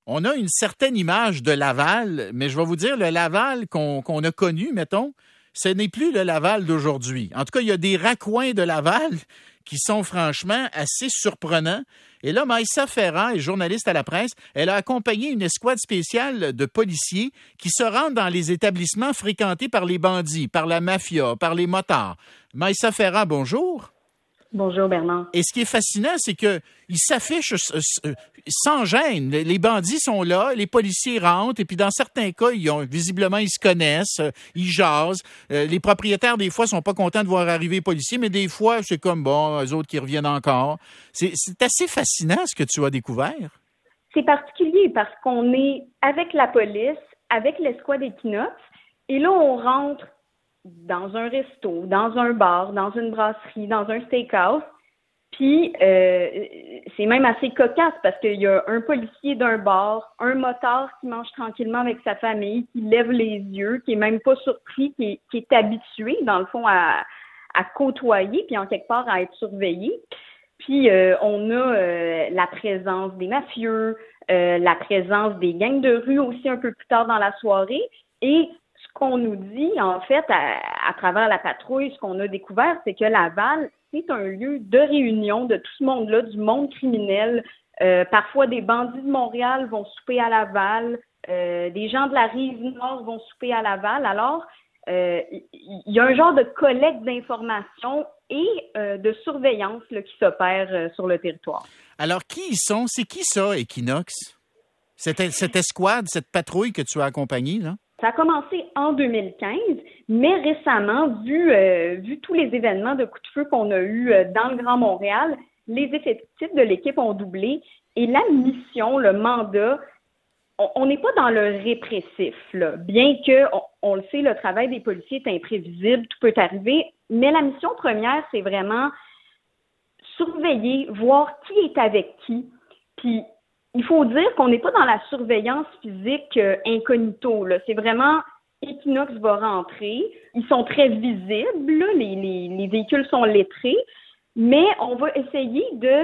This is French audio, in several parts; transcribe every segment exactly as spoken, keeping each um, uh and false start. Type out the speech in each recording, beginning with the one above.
on a une certaine image de Laval, mais je vais vous dire, le Laval qu'on, qu'on a connu, mettons, ce n'est plus le Laval d'aujourd'hui. En tout cas, il y a des raccoins de Laval qui sont franchement assez surprenants. Et là, Maïssa Ferrand est journaliste à la presse. Elle a accompagné une escouade spéciale de policiers qui se rendent dans les établissements fréquentés par les bandits, par la mafia, par les motards. Maïssa Ferrand, bonjour. Bonjour Bernard. Et ce qui est fascinant, c'est qu'ils s'affichent sans gêne. Les bandits sont là, les policiers rentrent, et puis dans certains cas, ils ont, visiblement, ils se connaissent, ils jasent. Les propriétaires, des fois, sont pas contents de voir arriver les policiers, mais des fois, c'est comme, bon, eux autres qui reviennent encore. C'est, c'est assez fascinant ce que tu as découvert. C'est particulier parce qu'on est avec la police, avec l'escouade Equinox, et là, on rentre dans un resto, dans un bar, dans une brasserie, dans un steakhouse. Puis, euh, c'est même assez cocasse parce qu'il y a un policier d'un bar, un motard qui mange tranquillement avec sa famille, qui lève les yeux, qui est même pas surpris, qui est, qui est habitué, dans le fond, à, à côtoyer, puis en quelque part à être surveillé. Puis, euh, on a euh, la présence des mafieux, euh, la présence des gangs de rue aussi un peu plus tard dans la soirée. Et ce qu'on nous dit, en fait, à, à travers la patrouille, ce qu'on a découvert, c'est que Laval, c'est un lieu de réunion de tout ce monde-là, du monde criminel. Euh, parfois, des bandits de Montréal vont souper à Laval, euh, des gens de la Rive-Nord vont souper à Laval. Alors, euh, il y a un genre de collecte d'informations et euh, de surveillance là, qui s'opère euh, sur le territoire. Alors, qui ils sont? C'est qui ça, Equinox? Cette, cette escouade, cette patrouille que tu as accompagnée, là? Ça a commencé en deux mille quinze, mais récemment, vu, euh, vu tous les événements de coups de feu qu'on a eus euh, dans le Grand Montréal, les effectifs de l'équipe ont doublé et la mission, le mandat, on n'est pas dans le répressif, là. Bien que, on, on le sait, le travail des policiers est imprévisible, tout peut arriver, mais la mission première, c'est vraiment surveiller, voir qui est avec qui, puis il faut dire qu'on n'est pas dans la surveillance physique euh, incognito, là. C'est vraiment Equinox va rentrer. Ils sont très visibles, là. Les, les, les véhicules sont lettrés, mais on va essayer de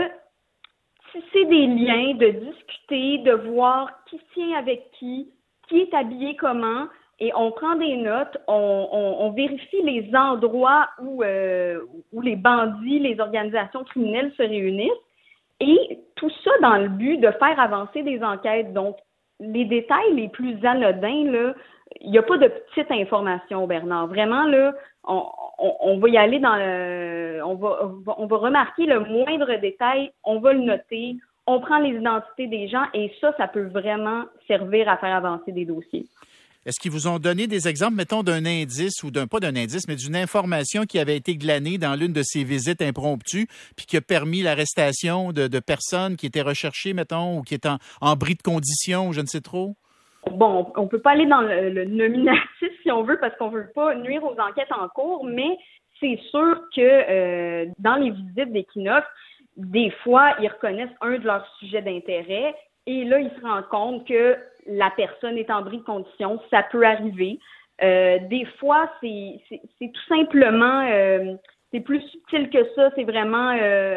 tisser des liens, de discuter, de voir qui tient avec qui, qui est habillé comment, et on prend des notes, on, on, on vérifie les endroits où, euh, où les bandits, les organisations criminelles se réunissent. Et tout ça dans le but de faire avancer des enquêtes. Donc, les détails les plus anodins, là, il n'y a pas de petite information, Bernard. Vraiment, là, on, on, on va y aller dans le... On va, on va remarquer le moindre détail, on va le noter, on prend les identités des gens et ça, ça peut vraiment servir à faire avancer des dossiers. Est-ce qu'ils vous ont donné des exemples, mettons, d'un indice ou d'un, pas d'un indice, mais d'une information qui avait été glanée dans l'une de ces visites impromptues puis qui a permis l'arrestation de, de personnes qui étaient recherchées, mettons, ou qui étaient en, en bris de condition, je ne sais trop? Bon, on peut pas aller dans le, le nominatif si on veut parce qu'on veut pas nuire aux enquêtes en cours, mais c'est sûr que euh, dans les visites d'Equinox, des fois, ils reconnaissent un de leurs sujets d'intérêt et là, ils se rendent compte que la personne est en bris de condition, ça peut arriver. Euh, des fois, c'est, c'est, c'est tout simplement, euh, c'est plus subtil que ça, c'est vraiment, euh,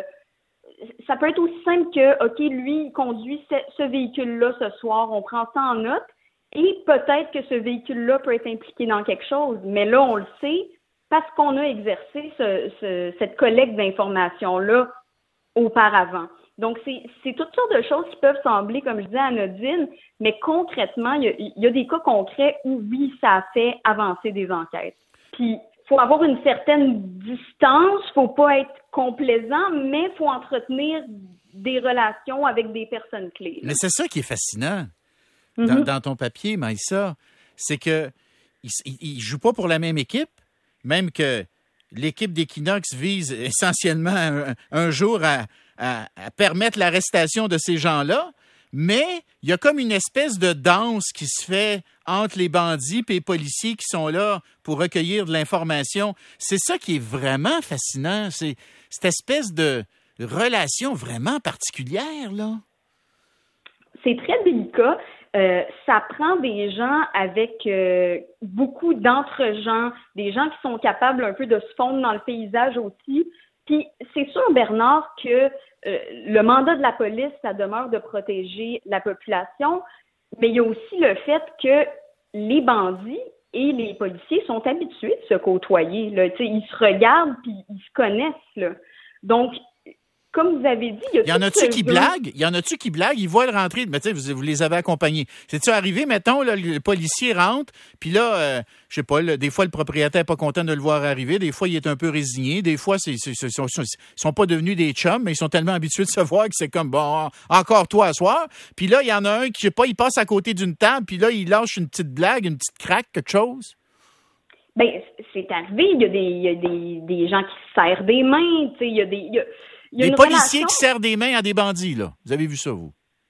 ça peut être aussi simple que, OK, lui, il conduit ce, ce véhicule-là ce soir, on prend ça en note, et peut-être que ce véhicule-là peut être impliqué dans quelque chose, mais là, on le sait parce qu'on a exercé ce, ce, cette collecte d'informations-là auparavant. Donc, c'est, c'est toutes sortes de choses qui peuvent sembler, comme je disais, anodines, mais concrètement, il y a, il y a des cas concrets où, oui, ça a fait avancer des enquêtes. Puis, il faut avoir une certaine distance, il ne faut pas être complaisant, mais il faut entretenir des relations avec des personnes clés. Là. Mais c'est ça qui est fascinant mm-hmm. dans, dans ton papier, Maïssa, c'est qu'ils ne jouent pas pour la même équipe, même que l'équipe d'Equinox vise essentiellement un, un jour à... À, à permettre l'arrestation de ces gens-là, mais il y a comme une espèce de danse qui se fait entre les bandits et les policiers qui sont là pour recueillir de l'information. C'est ça qui est vraiment fascinant, c'est cette espèce de relation vraiment particulière, là. C'est très délicat. Euh, ça prend des gens avec euh, beaucoup d'entre-gens, des gens qui sont capables un peu de se fondre dans le paysage aussi. Puis c'est sûr, Bernard, que euh, le mandat de la police, ça demeure de protéger la population, mais il y a aussi le fait que les bandits et les policiers sont habitués de se côtoyer. Là. Ils se regardent puis ils se connaissent. Là. Donc, comme vous avez dit, il y a Il y en a-tu qui jeu. blaguent? Il y en a-tu qui blaguent? Ils voient le rentrer, mais tu sais, vous, vous les avez accompagnés. C'est-tu arrivé, mettons, là, le policier rentre, puis là, euh, je sais pas, là, des fois, le propriétaire n'est pas content de le voir arriver, des fois, il est un peu résigné, des fois, c'est, c'est, c'est, sont, ils sont pas devenus des chums, mais ils sont tellement habitués de se voir que c'est comme, bon, encore toi à soir. Puis là, il y en a un qui, je sais pas, il passe à côté d'une table, puis là, il lâche une petite blague, une petite craque, quelque chose. Ben, c'est arrivé, il y a des, il y a des, des gens qui se serrent des mains, tu sais, il y a des... Il y a... Il y a des une policiers relation... qui serrent des mains à des bandits, là. Vous avez vu ça, vous?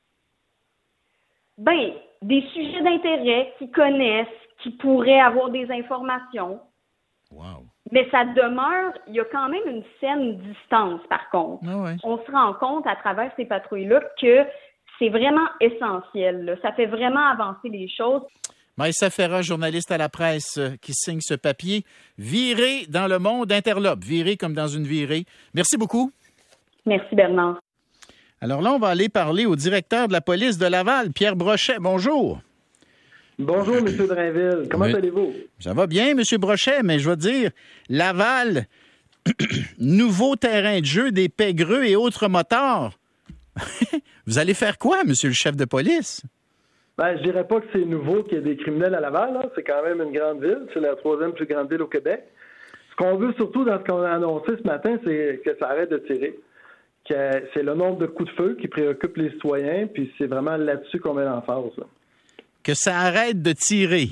Ben, des sujets d'intérêt qui connaissent, qui pourraient avoir des informations. Wow. Mais ça demeure, il y a quand même une saine distance, par contre. Ah ouais. On se rend compte à travers ces patrouilles-là que c'est vraiment essentiel. Là. Ça fait vraiment avancer les choses. Maïssa Ferra, journaliste à la presse, euh, qui signe ce papier. Viré dans le monde interlope. Viré comme dans une virée. Merci beaucoup. Merci, Bernard. Alors là, on va aller parler au directeur de la police de Laval, Pierre Brochet. Bonjour. Bonjour, M. Drainville. Comment Oui. allez-vous? Ça va bien, M. Brochet, mais je vais dire, Laval, nouveau terrain de jeu des pégreux et autres motards. Vous allez faire quoi, M. le chef de police? Ben, je dirais pas que c'est nouveau qu'il y ait des criminels à Laval. Là. C'est quand même une grande ville. C'est la troisième plus grande ville au Québec. Ce qu'on veut surtout dans ce qu'on a annoncé ce matin, c'est que ça arrête de tirer. Que c'est le nombre de coups de feu qui préoccupe les citoyens, puis c'est vraiment là-dessus qu'on met l'emphase. Là. Que ça arrête de tirer.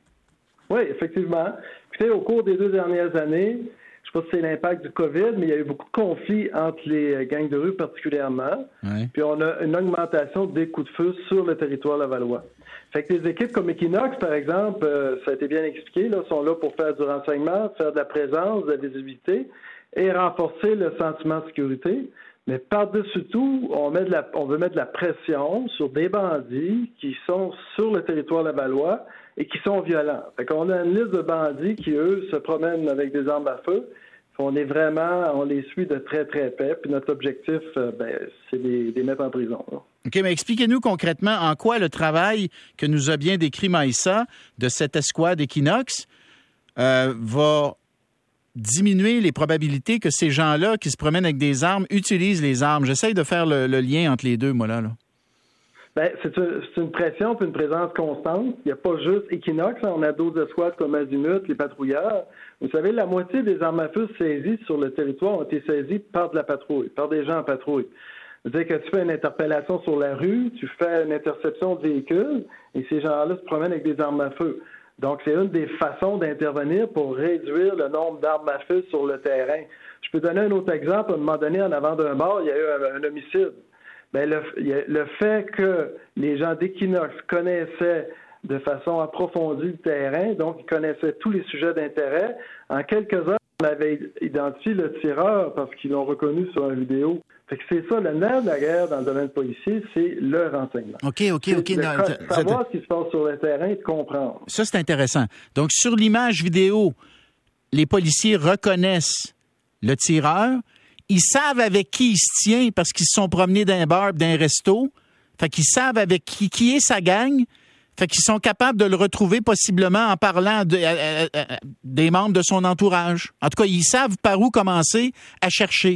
Oui, effectivement. Puis, au cours des deux dernières années, je ne sais pas si c'est l'impact du COVID, mais il y a eu beaucoup de conflits entre les gangs de rue particulièrement. Oui. Puis on a une augmentation des coups de feu sur le territoire lavallois. Fait que des équipes comme Equinox, par exemple, euh, ça a été bien expliqué, là, sont là pour faire du renseignement, faire de la présence, de la visibilité et renforcer le sentiment de sécurité. Mais par-dessus tout, on, met de la, on veut mettre de la pression sur des bandits qui sont sur le territoire lavallois et qui sont violents. Fait qu'on a une liste de bandits qui, eux, se promènent avec des armes à feu. On est vraiment, on les suit de très, très près. Puis notre objectif, ben, c'est de les, les mettre en prison. Là. OK, mais expliquez-nous concrètement en quoi le travail que nous a bien décrit Maïssa de cette escouade Equinox euh, va diminuer les probabilités que ces gens-là qui se promènent avec des armes utilisent les armes. J'essaye de faire le, le lien entre les deux, moi, là. là. Bien, c'est une, c'est une pression et une présence constante. Il n'y a pas juste Equinox. Hein. On a d'autres escouades comme Azimut, les patrouilleurs. Vous savez, la moitié des armes à feu saisies sur le territoire ont été saisies par de la patrouille, par des gens en patrouille. C'est-à-dire que tu fais une interpellation sur la rue, tu fais une interception de véhicule, et ces gens-là se promènent avec des armes à feu. Donc, c'est une des façons d'intervenir pour réduire le nombre d'armes à feu sur le terrain. Je peux donner un autre exemple. À un moment donné, en avant d'un bar, il y a eu un, un homicide. Bien, le, le fait que les gens d'Equinox connaissaient de façon approfondie le terrain, donc ils connaissaient tous les sujets d'intérêt, en quelques heures, on avait identifié le tireur parce qu'ils l'ont reconnu sur une vidéo. Fait que c'est ça, le nerf de la guerre dans le domaine policier, c'est le renseignement. OK, OK, OK. C'est de Non, co- savoir ce qui se passe sur le terrain et de comprendre. Ça, c'est intéressant. Donc, sur l'image vidéo, les policiers reconnaissent le tireur. Ils savent avec qui il se tient parce qu'ils se sont promenés d'un bar, d'un resto. Fait qu'ils savent avec qui, qui est sa gang. Fait qu'ils sont capables de le retrouver possiblement en parlant de, euh, euh, des membres de son entourage. En tout cas, ils savent par où commencer à chercher.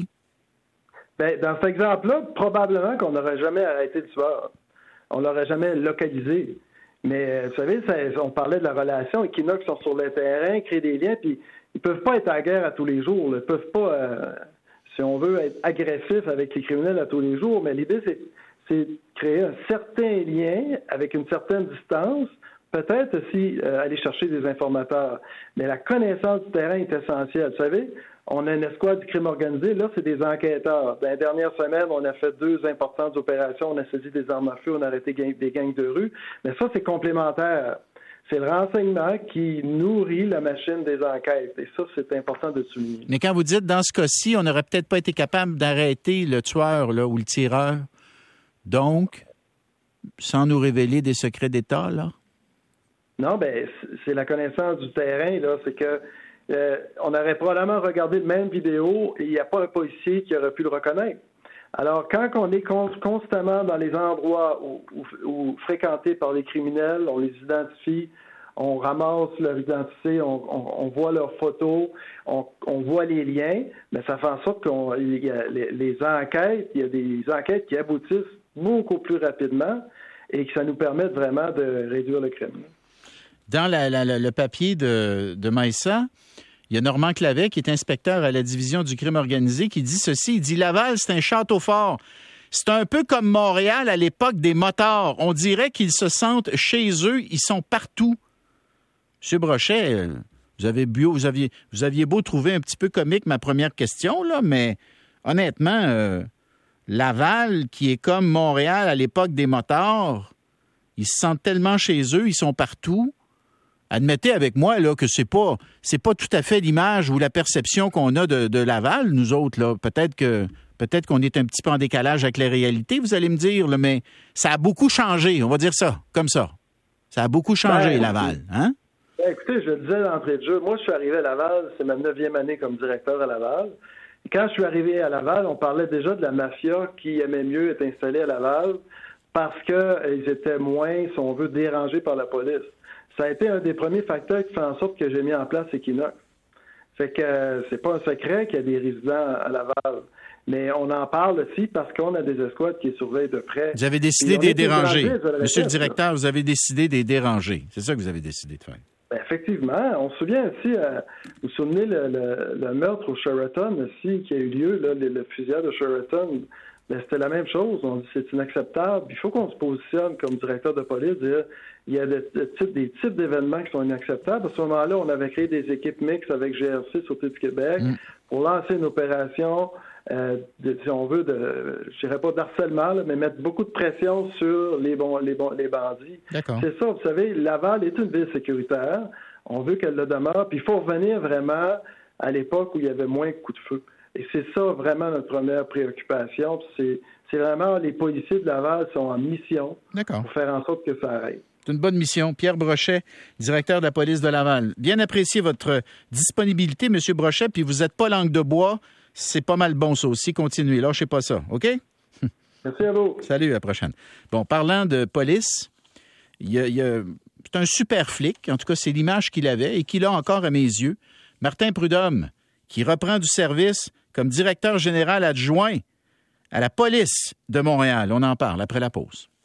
Bien, dans cet exemple-là, probablement qu'on n'aurait jamais arrêté le tueur. On l'aurait jamais localisé. Mais, vous savez, ça, on parlait de la relation. Equinox sont sur le terrain, créent des liens, puis ils peuvent pas être à la guerre à tous les jours. Ils peuvent pas, euh, si on veut, être agressifs avec les criminels à tous les jours. Mais l'idée, c'est, c'est de créer un certain lien avec une certaine distance, peut-être aussi euh, aller chercher des informateurs. Mais la connaissance du terrain est essentielle. Vous savez, on a une escouade du crime organisé. Là, c'est des enquêteurs. Dans les dernières semaines, on a fait deux importantes opérations. On a saisi des armes à feu, on a arrêté des gangs de rue. Mais ça, c'est complémentaire. C'est le renseignement qui nourrit la machine des enquêtes. Et ça, c'est important de souligner. Mais quand vous dites, dans ce cas-ci, on n'aurait peut-être pas été capable d'arrêter le tueur là, ou le tireur. Donc, sans nous révéler des secrets d'État, là? Non, bien, c'est la connaissance du terrain, là. C'est que euh, on aurait probablement regardé la même vidéo et il n'y a pas un policier qui aurait pu le reconnaître. Alors, quand on est con- constamment dans les endroits où, où, où fréquentés par les criminels, on les identifie, on ramasse leur identité, on, on, on voit leurs photos, on, on voit les liens, mais ça fait en sorte qu'on il y a les, les enquêtes, il y a des enquêtes qui aboutissent beaucoup plus rapidement et que ça nous permet vraiment de réduire le crime. Dans la, la, la, le papier de, de Maïssa, il y a Normand Clavet, qui est inspecteur à la division du crime organisé, qui dit ceci. Il dit « Laval, c'est un château fort. C'est un peu comme Montréal à l'époque des motards. On dirait qu'ils se sentent chez eux. Ils sont partout. » M. Brochet, vous avez, beau, vous, aviez, vous aviez beau trouver un petit peu comique ma première question, là, mais honnêtement, euh, Laval, qui est comme Montréal à l'époque des motards, ils se sentent tellement chez eux, ils sont partout. Admettez avec moi là, que c'est pas c'est pas tout à fait l'image ou la perception qu'on a de, de Laval, nous autres. Là. Peut-être que peut-être qu'on est un petit peu en décalage avec la réalité, vous allez me dire, là, mais ça a beaucoup changé, on va dire ça, comme ça. Ça a beaucoup changé, ben, Laval. Hein? Ben, écoutez, je le disais d'entrée de jeu, moi je suis arrivé à Laval, c'est ma neuvième année comme directeur à Laval. Et quand je suis arrivé à Laval, on parlait déjà de la mafia qui aimait mieux être installée à Laval parce qu'ils étaient moins, si on veut, dérangés par la police. Ça a été un des premiers facteurs qui fait en sorte que j'ai mis en place Equinox. Fait que euh, c'est pas un secret qu'il y a des résidents à Laval. Mais on en parle aussi parce qu'on a des escouades qui surveillent de près. Vous avez décidé des déranger. Monsieur le directeur, vous avez décidé des déranger. C'est ça que vous avez décidé de faire. Ben, effectivement. On se souvient aussi, euh, vous vous souvenez le, le, le meurtre au Sheraton aussi qui a eu lieu, là, le, le fusillade de Sheraton. Ben, c'était la même chose. On dit c'est inacceptable. Il faut qu'on se positionne comme directeur de police, dire il y a des, des types, des types d'événements qui sont inacceptables. À ce moment-là, on avait créé des équipes mixtes avec G R C, Sûreté du Québec, mm. pour lancer une opération, euh, de, si on veut, de, je dirais pas d'harcèlement, là, mais mettre beaucoup de pression sur les, bons, les, bons, les bandits. D'accord. C'est ça, vous savez, Laval est une ville sécuritaire. On veut qu'elle le demeure. Puis il faut revenir vraiment à l'époque où il y avait moins de coups de feu. Et c'est ça vraiment notre première préoccupation. C'est, c'est vraiment les policiers de Laval sont en mission D'accord. pour faire en sorte que ça arrête. C'est une bonne mission. Pierre Brochet, directeur de la police de Laval. Bien apprécié votre disponibilité, M. Brochet, puis vous n'êtes pas langue de bois. C'est pas mal bon ça aussi. Continuez, lâchez pas ça, OK? Merci à vous. Salut, à la prochaine. Bon, parlant de police, il y a, il y a, c'est un super flic, en tout cas c'est l'image qu'il avait et qu'il a encore à mes yeux. Martin Prudhomme, qui reprend du service comme directeur général adjoint à la police de Montréal. On en parle après la pause.